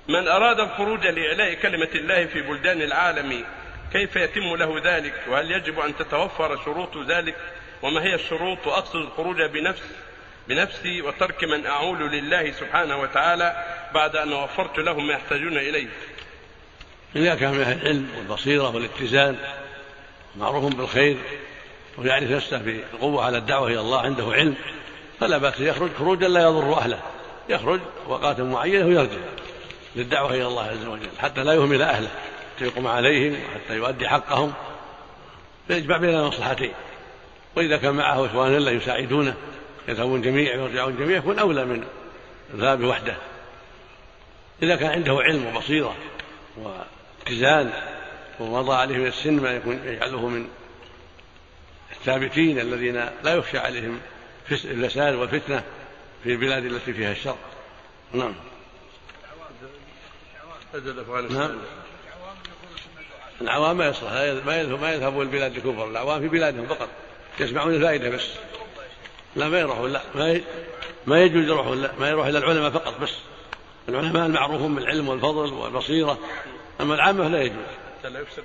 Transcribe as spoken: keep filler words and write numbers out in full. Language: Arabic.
من أراد الخروج لإعلاء كلمة الله في بلدان العالم كيف يتم له ذلك؟ وهل يجب أن تتوفر شروط ذلك؟ وما هي الشروط؟ وأقصد الخروج بنفس بنفسي وترك من أعول لله سبحانه وتعالى بعد أن وفرت لهم ما يحتاجون إليه. إذا كان من أهل العلم والبصيرة والاتزان معروف بالخير ويعرف نفسه بالقوة على الدعوة إلى الله، عنده علم، فلا بأس يخرج خروجا لا يضر أهله، يخرج وقات معينة ويرجع للدعوة إلى الله عز وجل حتى لا يهمل أهله، حتى يقوم عليهم وحتى يؤدي حقهم، فيجمع بين المصلحتين. وإذا كان معه إخوان لا يساعدونه يذهبون جميعا ويرجعون جميعا يكون أولى من الذهاب وحده. إذا كان عنده علم وبصيرة واتزان ومضى عليه من السن ما يكون يجعله من الثابتين الذين لا يخشى عليهم الفساد والفتنة في البلاد التي فيها الشر. نعم. نعم. العوام ما يصلح ما يذهبوا البلاد الكفر، العوام في بلادهم فقط يسمعون الفائدة بس، لا ما يروحون، لا ما يجوز يروحون، لا ما يروح إلى العلماء فقط بس، العلماء المعروفون بالعلم والفضل والبصيرة، أما العامة لا يجوز.